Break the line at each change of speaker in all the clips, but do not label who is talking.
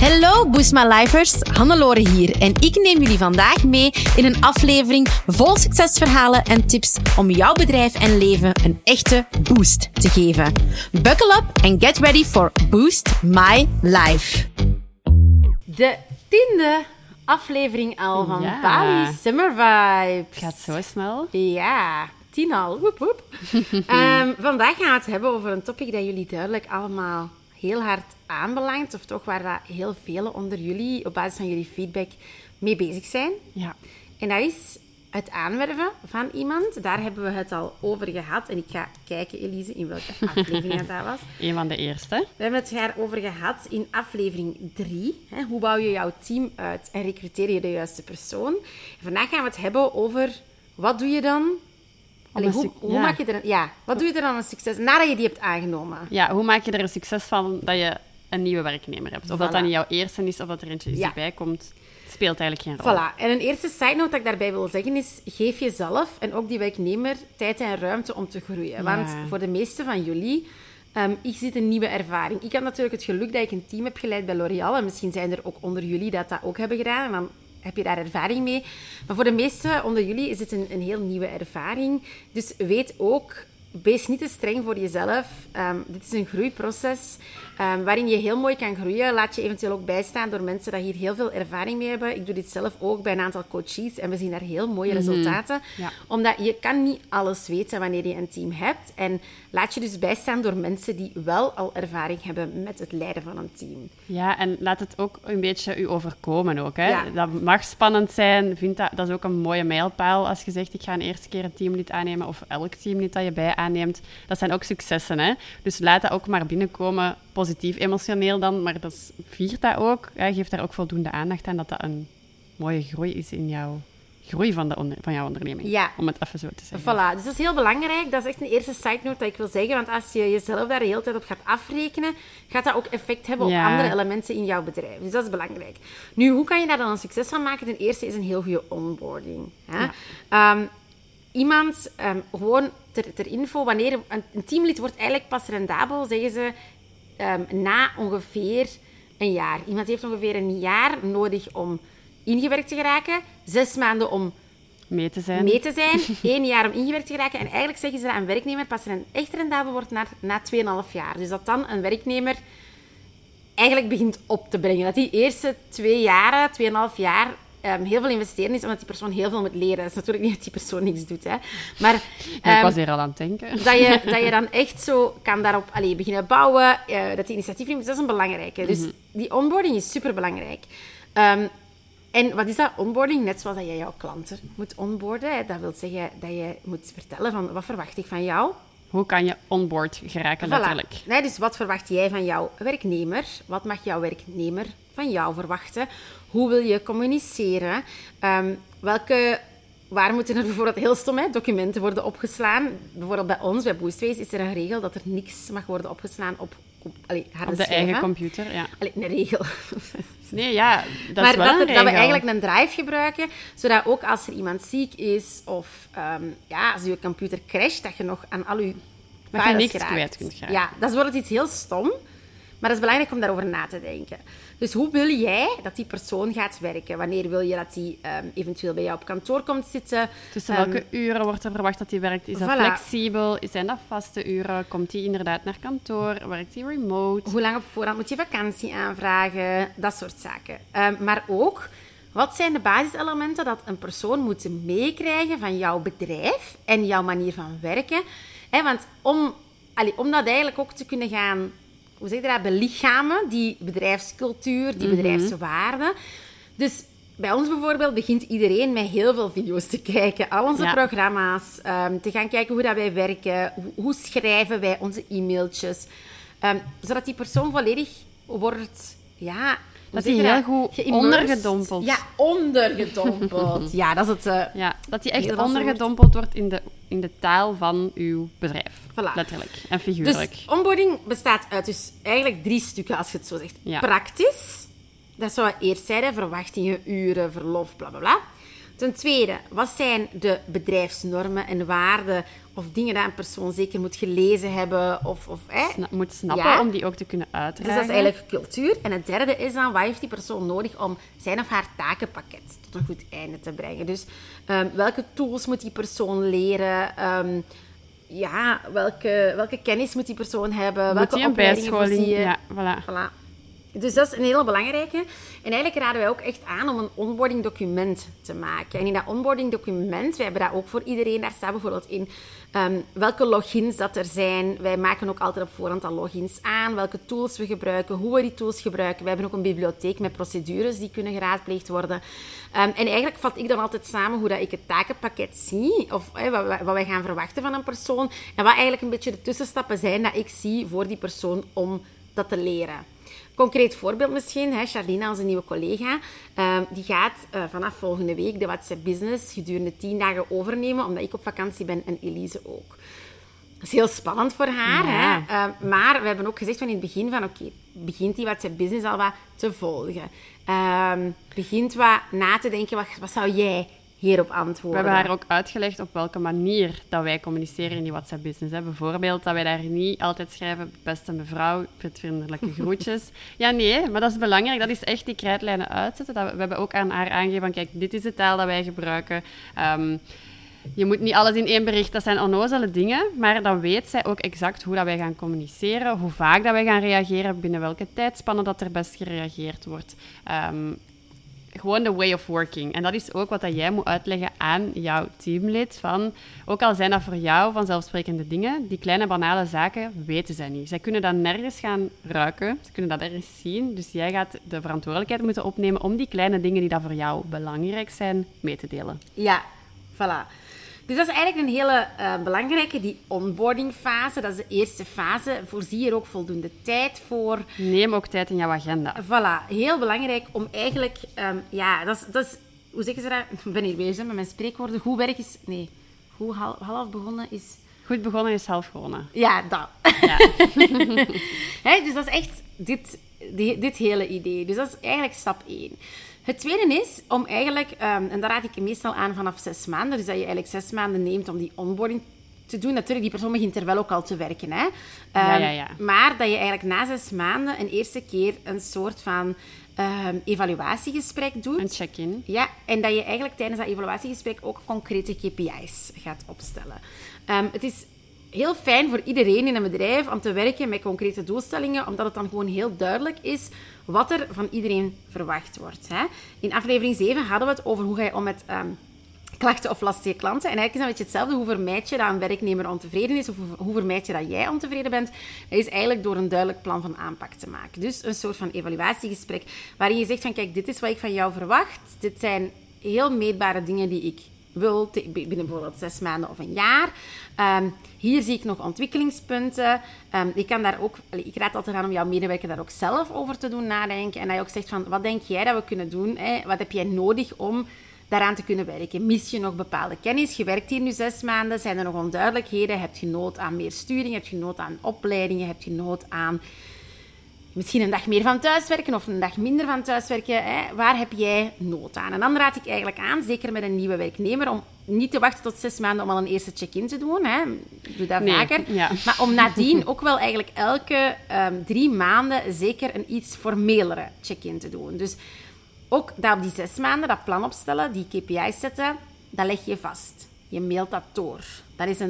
Hallo Boost My Lifers, Hannelore hier en ik neem jullie vandaag mee in een aflevering vol succesverhalen en tips om jouw bedrijf en leven een echte boost te geven. Buckle up and get ready for Boost My Life. De 10e aflevering al van Bali Summer Vibes.
Het gaat zo snel.
Ja, 10 al. Woep, woep. Vandaag gaan we het hebben over een topic dat jullie duidelijk allemaal heel hard aanbelangt, of toch waar dat heel velen onder jullie, op basis van jullie feedback, mee bezig zijn.
Ja.
En dat is het aanwerven van iemand. Daar hebben we het al over gehad. En ik ga kijken, Elise, in welke aflevering dat was.
Een van de eerste.
We hebben het daarover gehad in aflevering 3. Hoe bouw je jouw team uit en recruteer je de juiste persoon? En vandaag gaan we het hebben over, wat doe je dan? Hoe maak je er wat doe je er dan een succes nadat je die hebt aangenomen?
Ja, hoe maak je er een succes van dat je een nieuwe werknemer hebt? Of dat niet jouw eerste is, of dat er eentje is die bijkomt, speelt eigenlijk geen rol.
Voilà. En een eerste side note dat ik daarbij wil zeggen is, geef jezelf en ook die werknemer tijd en ruimte om te groeien. Want voor de meeste van jullie is dit een nieuwe ervaring. Ik heb natuurlijk het geluk dat ik een team heb geleid bij L'Oréal. En misschien zijn er ook onder jullie dat ook hebben gedaan. En dan heb je daar ervaring mee. Maar voor de meesten onder jullie is dit een heel nieuwe ervaring. Dus weet ook, wees niet te streng voor jezelf. Dit is een groeiproces waarin je heel mooi kan groeien. Laat je eventueel ook bijstaan door mensen die hier heel veel ervaring mee hebben. Ik doe dit zelf ook bij een aantal coaches en we zien daar heel mooie resultaten. Ja. Omdat je kan niet alles weten wanneer je een team hebt. En laat je dus bijstaan door mensen die wel al ervaring hebben met het leiden van een team.
Ja, en laat het ook een beetje u overkomen ook. Hè? Ja. Dat mag spannend zijn. Dat is ook een mooie mijlpaal als je zegt, ik ga een eerste keer een teamlid aannemen of elk teamlid dat je bij aanneemt. Dat zijn ook successen. Hè? Dus laat dat ook maar binnenkomen. Positief, emotioneel dan, maar viert dat ook. Geef daar ook voldoende aandacht aan dat dat een mooie groei is in jouw groei van jouw onderneming. Ja. Om het even zo te zeggen.
Voilà, dus dat is heel belangrijk. Dat is echt een eerste side note dat ik wil zeggen. Want als je jezelf daar de hele tijd op gaat afrekenen, gaat dat ook effect hebben op andere elementen in jouw bedrijf. Dus dat is belangrijk. Nu, hoe kan je daar dan een succes van maken? Ten eerste is een heel goede onboarding. Hè? Ja. Iemand, gewoon ter info, wanneer een teamlid wordt eigenlijk pas rendabel, zeggen ze, na ongeveer een jaar. Iemand heeft ongeveer een jaar nodig om ingewerkt te geraken, 6 maanden om
mee te zijn,
1 jaar om ingewerkt te geraken. En eigenlijk zeggen ze dat een werknemer pas echt rendabel wordt na 2,5 jaar. Dus dat dan een werknemer eigenlijk begint op te brengen. Dat die eerste 2 jaren, 2,5 jaar heel veel investeren is, omdat die persoon heel veel moet leren. Dat is natuurlijk niet dat die persoon niks doet. Hè. Maar,
ik was hier al aan het denken.
Dat je dan echt zo kan daarop beginnen bouwen, dat die initiatief neemt, dat is een belangrijke. Dus die onboarding is superbelangrijk. En wat is dat? Onboarding, net zoals dat je jouw klanten moet onboarden. Hè. Dat wil zeggen dat je moet vertellen van, wat verwacht ik van jou?
Hoe kan je onboard geraken, letterlijk?
Nee, dus wat verwacht jij van jouw werknemer? Wat mag jouw werknemer van jou verwachten? Hoe wil je communiceren? Waar moeten er bijvoorbeeld, heel stom, documenten worden opgeslaan? Bijvoorbeeld bij ons, bij Boostways, is er een regel dat er niks mag worden opgeslaan op
de eigen computer, ja.
Een regel.
Nee, ja, dat is wel een regel.
Dat we eigenlijk een drive gebruiken, zodat ook als er iemand ziek is of als je computer crasht, dat je nog aan al je files
niks kwijt kunt geraken.
Ja, dat is bijvoorbeeld iets heel stom, maar dat is belangrijk om daarover na te denken. Dus hoe wil jij dat die persoon gaat werken? Wanneer wil je dat die eventueel bij jou op kantoor komt zitten?
Tussen welke uren wordt er verwacht dat hij werkt? Is dat flexibel? Zijn dat vaste uren? Komt hij inderdaad naar kantoor? Werkt hij remote?
Hoe lang op voorhand moet je vakantie aanvragen? Dat soort zaken. Maar ook, wat zijn de basiselementen dat een persoon moet meekrijgen van jouw bedrijf en jouw manier van werken? Want om dat eigenlijk ook te kunnen gaan, hoe zeg je dat, belichamen, die bedrijfscultuur, die bedrijfswaarden. Dus bij ons bijvoorbeeld begint iedereen met heel veel video's te kijken. Al onze programma's, te gaan kijken hoe dat wij werken, hoe schrijven wij onze e-mailtjes. Zodat die persoon volledig wordt,
dat hij heel goed ondergedompeld.
Ja, ondergedompeld. Ja, dat is het.
Dat hij echt ondergedompeld wordt in de taal van uw bedrijf. Voilà. Letterlijk en figuurlijk.
Dus onboarding bestaat uit dus eigenlijk 3 stukken, als je het zo zegt. Ja. Praktisch. Dat zou eerst zijn, verwachtingen, uren, verlof, bla bla bla. Ten tweede, wat zijn de bedrijfsnormen en waarden of dingen dat een persoon zeker moet gelezen hebben
moet snappen om die ook te kunnen uitdragen.
Dus dat is eigenlijk cultuur. En het derde is dan, wat heeft die persoon nodig om zijn of haar takenpakket tot een goed einde te brengen. Dus welke tools moet die persoon leren? Welke kennis moet die persoon hebben?
Moet
welke
bijscholing?
Ja,
voilà.
Dus dat is een hele belangrijke. En eigenlijk raden wij ook echt aan om een onboarding document te maken. En in dat onboarding document, wij hebben dat ook voor iedereen, daar staat bijvoorbeeld in welke logins dat er zijn. Wij maken ook altijd op voorhand al logins aan, welke tools we gebruiken, hoe we die tools gebruiken. We hebben ook een bibliotheek met procedures die kunnen geraadpleegd worden. En eigenlijk vat ik dan altijd samen hoe dat ik het takenpakket zie, of wat wij gaan verwachten van een persoon. En wat eigenlijk een beetje de tussenstappen zijn dat ik zie voor die persoon om dat te leren. Concreet voorbeeld misschien, Charlina, onze nieuwe collega, die gaat vanaf volgende week de WhatsApp Business gedurende 10 dagen overnemen, omdat ik op vakantie ben en Elise ook. Dat is heel spannend voor haar,
ja.
Maar we hebben ook gezegd van in het begin van begint die WhatsApp Business al wat te volgen. Begint wat na te denken, wat zou jij hierop antwoorden?
We hebben haar ook uitgelegd op welke manier dat wij communiceren in die WhatsApp-business. Bijvoorbeeld dat wij daar niet altijd schrijven, beste mevrouw, met vriendelijke groetjes. Ja, nee, maar dat is belangrijk. Dat is echt die krijtlijnen uitzetten. We hebben ook aan haar aangegeven van, kijk, dit is de taal dat wij gebruiken. Je moet niet alles in één bericht, dat zijn onnozele dingen, maar dan weet zij ook exact hoe dat wij gaan communiceren, hoe vaak dat wij gaan reageren, binnen welke tijdspannen dat er best gereageerd wordt. Gewoon de way of working. En dat is ook wat dat jij moet uitleggen aan jouw teamlid. Van, ook al zijn dat voor jou vanzelfsprekende dingen, die kleine banale zaken weten zij niet. Zij kunnen dat nergens gaan ruiken. Ze kunnen dat nergens zien. Dus jij gaat de verantwoordelijkheid moeten opnemen om die kleine dingen die dat voor jou belangrijk zijn, mee te delen.
Ja, voilà. Dus dat is eigenlijk een hele belangrijke, die onboardingfase. Dat is de eerste fase. Voorzie er ook voldoende tijd voor.
Neem ook tijd in jouw agenda.
Voilà, heel belangrijk om eigenlijk... dat is... Hoe zeggen ze dat? Ik ben hier bezig met mijn spreekwoorden. Goed werk is... Nee, goed half begonnen is...
Goed begonnen is half gewonnen.
Ja, dat. Ja. Dus dat is echt dit hele idee. Dus dat is eigenlijk stap 1. Het tweede is om eigenlijk, en daar raad ik meestal aan vanaf 6 maanden, dus dat je eigenlijk 6 maanden neemt om die onboarding te doen. Natuurlijk, die persoon begint er wel ook al te werken. Hè?
Ja.
Maar dat je eigenlijk na 6 maanden een eerste keer een soort van evaluatiegesprek doet.
Een check-in.
Ja, en dat je eigenlijk tijdens dat evaluatiegesprek ook concrete KPI's gaat opstellen. Het is heel fijn voor iedereen in een bedrijf om te werken met concrete doelstellingen, omdat het dan gewoon heel duidelijk is wat er van iedereen verwacht wordt. Hè. In aflevering 7 hadden we het over hoe ga je om met klachten of lastige klanten. En eigenlijk is dat een beetje hetzelfde. Hoe vermijd je dat een werknemer ontevreden is, of hoe vermijd je dat jij ontevreden bent? Dat is eigenlijk door een duidelijk plan van aanpak te maken. Dus een soort van evaluatiegesprek, waarin je zegt van, kijk, dit is wat ik van jou verwacht. Dit zijn heel meetbare dingen die ik wil binnen bijvoorbeeld 6 maanden of een jaar. Hier zie ik nog ontwikkelingspunten. Ik raad altijd aan om jouw medewerker daar ook zelf over te doen nadenken. En dat je ook zegt van, wat denk jij dat we kunnen doen? Wat heb jij nodig om daaraan te kunnen werken? Mis je nog bepaalde kennis? Je werkt hier nu 6 maanden. Zijn er nog onduidelijkheden? Heb je nood aan meer sturing? Heb je nood aan opleidingen? Heb je nood aan misschien een dag meer van thuiswerken of een dag minder van thuiswerken? Waar heb jij nood aan? En dan raad ik eigenlijk aan, zeker met een nieuwe werknemer, om niet te wachten tot 6 maanden om al een eerste check-in te doen. Doe dat vaker.
Ja.
Maar om nadien ook wel eigenlijk elke 3 maanden zeker een iets formelere check-in te doen. Dus ook dat op die 6 maanden, dat plan opstellen, die KPI's zetten, dat leg je vast. Je mailt dat door. Dat is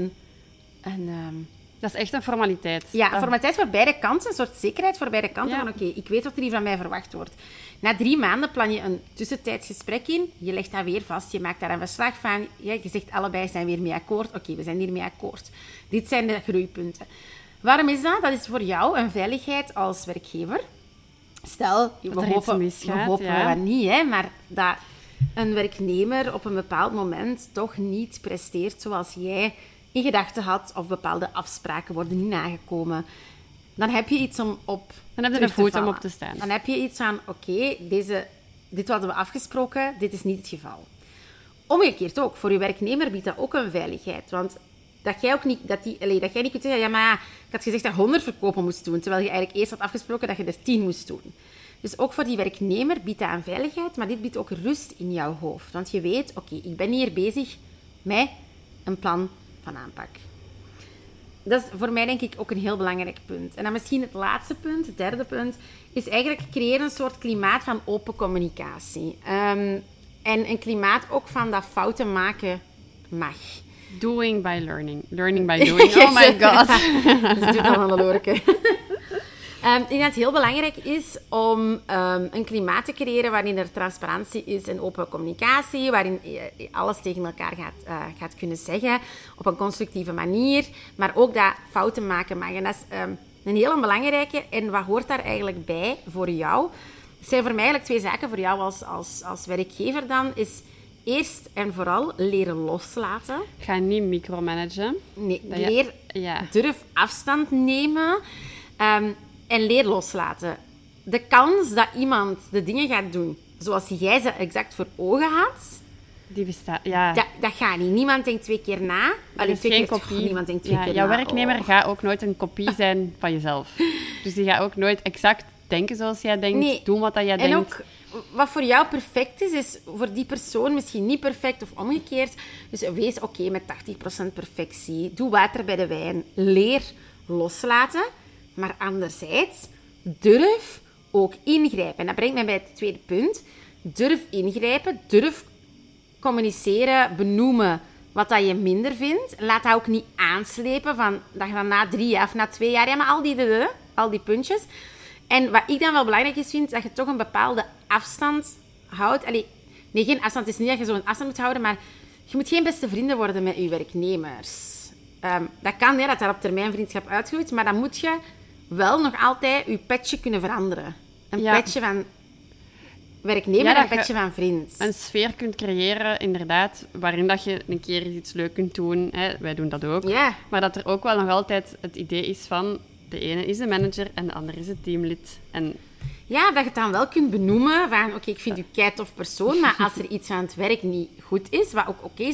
dat is echt een formaliteit.
Ja, een formaliteit voor beide kanten. Een soort zekerheid voor beide kanten. Ja. Van oké, ik weet wat er hier van mij verwacht wordt. Na 3 maanden plan je een tussentijdsgesprek in. Je legt dat weer vast. Je maakt daar een verslag van. Ja, je zegt allebei zijn weer mee akkoord. Oké, we zijn hiermee akkoord. Dit zijn de groeipunten. Waarom is dat? Dat is voor jou een veiligheid als werkgever. Stel, we hopen niet, hè, maar dat een werknemer op een bepaald moment toch niet presteert zoals jij in gedachten had, of bepaalde afspraken worden niet nagekomen, dan heb je iets om op
Dan heb je een voet om op te staan.
Dan heb je iets van, oké, dit hadden we afgesproken, dit is niet het geval. Omgekeerd ook, voor je werknemer biedt dat ook een veiligheid. Want dat jij niet kunt zeggen, ja, maar ik had gezegd dat 100 verkopen moest doen, terwijl je eigenlijk eerst had afgesproken dat je er 10 moest doen. Dus ook voor die werknemer biedt dat een veiligheid, maar dit biedt ook rust in jouw hoofd. Want je weet, oké, ik ben hier bezig met een plan van aanpak. Dat is voor mij denk ik ook een heel belangrijk punt. En dan misschien het laatste punt, het derde punt, is eigenlijk creëren een soort klimaat van open communicatie. En een klimaat ook van dat fouten maken mag.
Doing by learning. Learning by doing. Oh my god.
Dat doet al een lorke. Ik denk dat het heel belangrijk is om een klimaat te creëren waarin er transparantie is en open communicatie, waarin je alles tegen elkaar gaat kunnen zeggen op een constructieve manier, maar ook dat fouten maken mag. En dat is een hele belangrijke. En wat hoort daar eigenlijk bij voor jou? Het zijn voor mij eigenlijk 2 zaken voor jou als werkgever dan, is eerst en vooral leren loslaten.
Ga niet micromanagen.
Nee, durf afstand nemen. En leer loslaten. De kans dat iemand de dingen gaat doen zoals jij ze exact voor ogen had,
die bestaat, ja.
Dat gaat niet. Niemand denkt 2 keer na.
Er is geen kopie.
Niemand denkt 2 keer na.
Jouw werknemer gaat ook nooit een kopie zijn van jezelf. Dus die gaat ook nooit exact denken zoals jij denkt, doen wat dat jij denkt.
En ook wat voor jou perfect is voor die persoon misschien niet perfect of omgekeerd. Dus wees oké met 80% perfectie. Doe water bij de wijn. Leer loslaten. Maar anderzijds, durf ook ingrijpen. En dat brengt mij bij het tweede punt. Durf ingrijpen, durf communiceren, benoemen wat dat je minder vindt. Laat dat ook niet aanslepen van dat je dan na 3 jaar of na 2 jaar... Ja, maar al die puntjes. En wat ik dan wel belangrijk is, vind, dat je toch een bepaalde afstand houdt. Nee, geen afstand. Het is niet dat je zo'n afstand moet houden, maar je moet geen beste vrienden worden met je werknemers. Dat kan, dat daar op termijn vriendschap uitgroeit, maar dan moet je wel nog altijd je petje kunnen veranderen. Een petje van werknemer en een petje van vriend.
Een sfeer kunt creëren, inderdaad, waarin dat je een keer iets leuk kunt doen. Hè. Wij doen dat ook.
Ja.
Maar dat er ook wel nog altijd het idee is van... De ene is de manager en de andere is het teamlid. En...
Ja, dat je het dan wel kunt benoemen van... Oké, ik vind u keitof persoon, maar als er iets aan het werk niet goed is, wat ook oké is,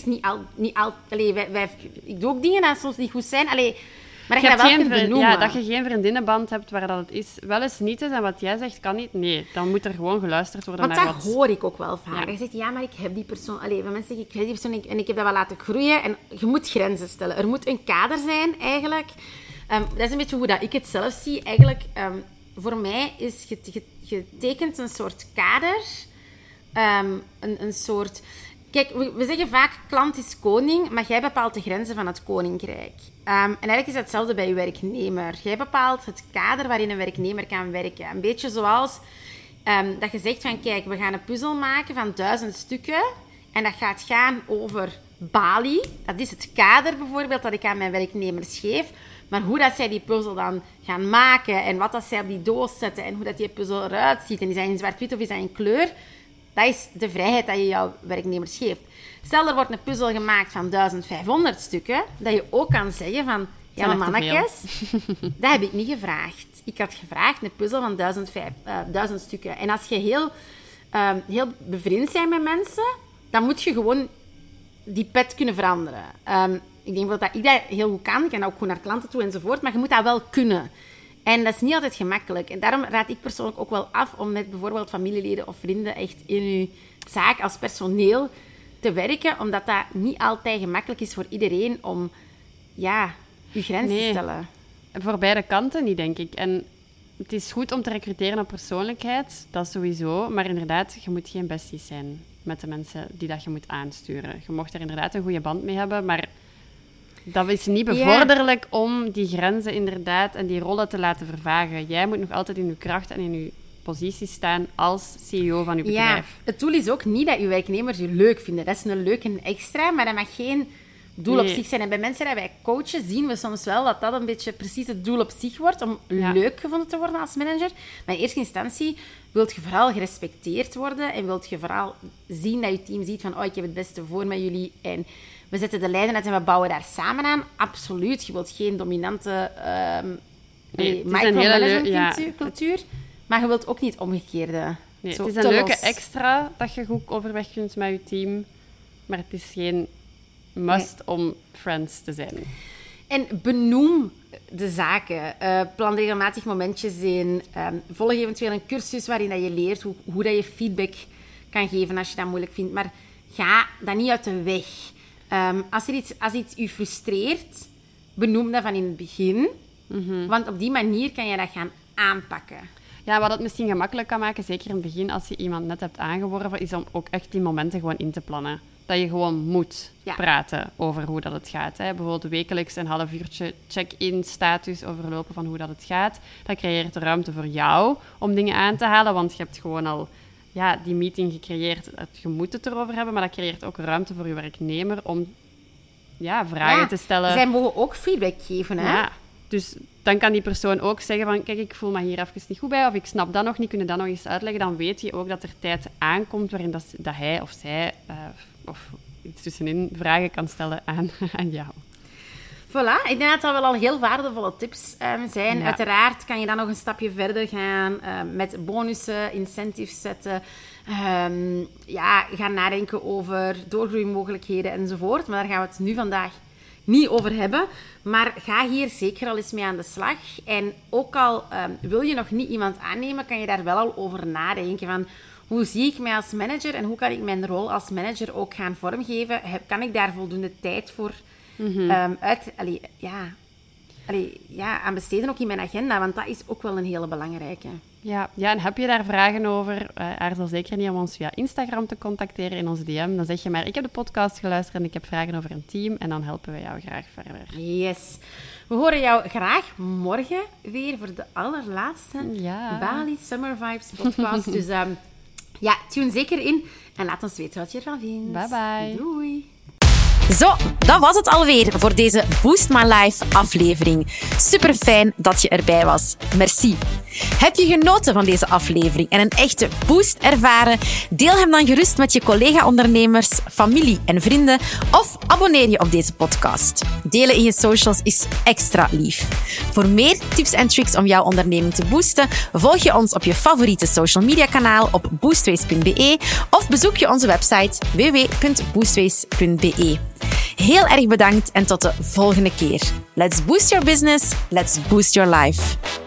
ik doe ook dingen die soms niet goed zijn. Maar dat je dat wel kunt benoemen.
Ja, dat je geen vriendinnenband hebt waar dat het is. Wel eens niet is en wat jij zegt kan niet. Nee, dan moet er gewoon geluisterd worden naar wat...
Want dat hoor ik ook wel vaak. Je zegt, ja, maar ik heb die persoon... van mensen zeggen, ik heb die persoon en ik heb dat wel laten groeien. En je moet grenzen stellen. Er moet een kader zijn, eigenlijk. Dat is een beetje hoe dat ik het zelf zie. Eigenlijk, voor mij is je tekent een soort kader. Een soort... Kijk, we zeggen vaak, klant is koning, maar jij bepaalt de grenzen van het koninkrijk. En eigenlijk is dat hetzelfde bij je werknemer. Jij bepaalt het kader waarin een werknemer kan werken. Een beetje zoals dat je zegt van, kijk, we gaan een puzzel maken van 1000 stukken. En dat gaat gaan over Bali. Dat is het kader bijvoorbeeld dat ik aan mijn werknemers geef. Maar hoe dat zij die puzzel dan gaan maken en wat dat zij op die doos zetten en hoe dat die puzzel eruit ziet. En is dat in zwart-wit of is dat in kleur? Dat is de vrijheid dat je jouw werknemers geeft. Stel, er wordt een puzzel gemaakt van 1500 stukken, dat je ook kan zeggen van... Ja, maar mannetjes, dat heb ik niet gevraagd. Ik had gevraagd een puzzel van 1000 stukken. En als je heel bevriend bent met mensen, dan moet je gewoon die pet kunnen veranderen. Ik denk dat ik dat heel goed kan. Ik kan ook gewoon naar klanten toe enzovoort. Maar je moet dat wel kunnen. En dat is niet altijd gemakkelijk. En daarom raad ik persoonlijk ook wel af om met bijvoorbeeld familieleden of vrienden echt in je zaak als personeel te werken. Omdat dat niet altijd gemakkelijk is voor iedereen om je grens te stellen.
Voor beide kanten niet, denk ik. En het is goed om te recruteren op persoonlijkheid. Dat sowieso. Maar inderdaad, je moet geen besties zijn met de mensen die dat je moet aansturen. Je mocht er inderdaad een goede band mee hebben, maar... Dat is niet bevorderlijk om die grenzen inderdaad en die rollen te laten vervagen. Jij moet nog altijd in je kracht en in je positie staan als CEO van je bedrijf.
Ja, het doel is ook niet dat je werknemers je leuk vinden. Dat is een leuke extra, maar dat mag geen doel op zich zijn. En bij mensen die wij coachen, zien we soms wel dat dat een beetje precies het doel op zich wordt, om leuk gevonden te worden als manager. Maar in eerste instantie wilt je vooral gerespecteerd worden en wilt je vooral zien dat je team ziet van ik heb het beste voor met jullie en... We zetten de lijnen uit en we bouwen daar samen aan. Absoluut. Je wilt geen dominante micromanagement-cultuur. Maar je wilt ook niet omgekeerde.
Nee, het is een leuke extra dat je goed overweg kunt met je team. Maar het is geen must om friends te zijn.
En benoem de zaken. Plan regelmatig momentjes in. Volg eventueel een cursus waarin dat je leert hoe dat je feedback kan geven als je dat moeilijk vindt. Maar ga dat niet uit de weg. Als iets je frustreert, benoem dat van in het begin. Mm-hmm. Want op die manier kan je dat gaan aanpakken.
Ja, wat het misschien gemakkelijk kan maken, zeker in het begin, als je iemand net hebt aangeworven, is om ook echt die momenten gewoon in te plannen. Dat je gewoon moet praten over hoe dat het gaat. Hè. Bijvoorbeeld wekelijks een half uurtje check-in status overlopen van hoe dat het gaat. Dat creëert ruimte voor jou om dingen aan te halen, want je hebt gewoon al die meeting gecreëerd. Je moet het erover hebben, maar dat creëert ook ruimte voor je werknemer om vragen te stellen.
Zij mogen ook feedback geven, hè?
Ja, dus dan kan die persoon ook zeggen van, kijk, ik voel me hier even niet goed bij, of ik snap dat nog niet, kunnen dat nog eens uitleggen. Dan weet je ook dat er tijd aankomt waarin dat hij of zij of iets tussenin vragen kan stellen aan jou.
Voilà, ik denk dat dat wel al heel waardevolle tips zijn. Ja. Uiteraard kan je dan nog een stapje verder gaan met bonussen, incentives zetten. Gaan nadenken over doorgroeimogelijkheden enzovoort. Maar daar gaan we het nu vandaag niet over hebben. Maar ga hier zeker al eens mee aan de slag. En ook al wil je nog niet iemand aannemen, kan je daar wel al over nadenken. Van, hoe zie ik mij als manager en hoe kan ik mijn rol als manager ook gaan vormgeven? Kan ik daar voldoende tijd voor aan besteden, ook in mijn agenda? Want dat is ook wel een hele belangrijke.
Ja, en heb je daar vragen over? Aarzel zeker niet om ons via Instagram te contacteren in onze DM. Dan zeg je maar, ik heb de podcast geluisterd en ik heb vragen over een team. En dan helpen we jou graag verder.
Yes. We horen jou graag morgen weer voor de allerlaatste Bali Summer Vibes podcast. Dus tune zeker in en laat ons weten wat je ervan vindt.
Bye bye.
Doei.
Zo, dat was het alweer voor deze Boost My Life aflevering. Super fijn dat je erbij was. Merci. Heb je genoten van deze aflevering en een echte boost ervaren? Deel hem dan gerust met je collega-ondernemers, familie en vrienden of abonneer je op deze podcast. Delen in je socials is extra lief. Voor meer tips en tricks om jouw onderneming te boosten, volg je ons op je favoriete social media kanaal op boostways.be of bezoek je onze website www.boostways.be. Heel erg bedankt en tot de volgende keer. Let's boost your business, let's boost your life.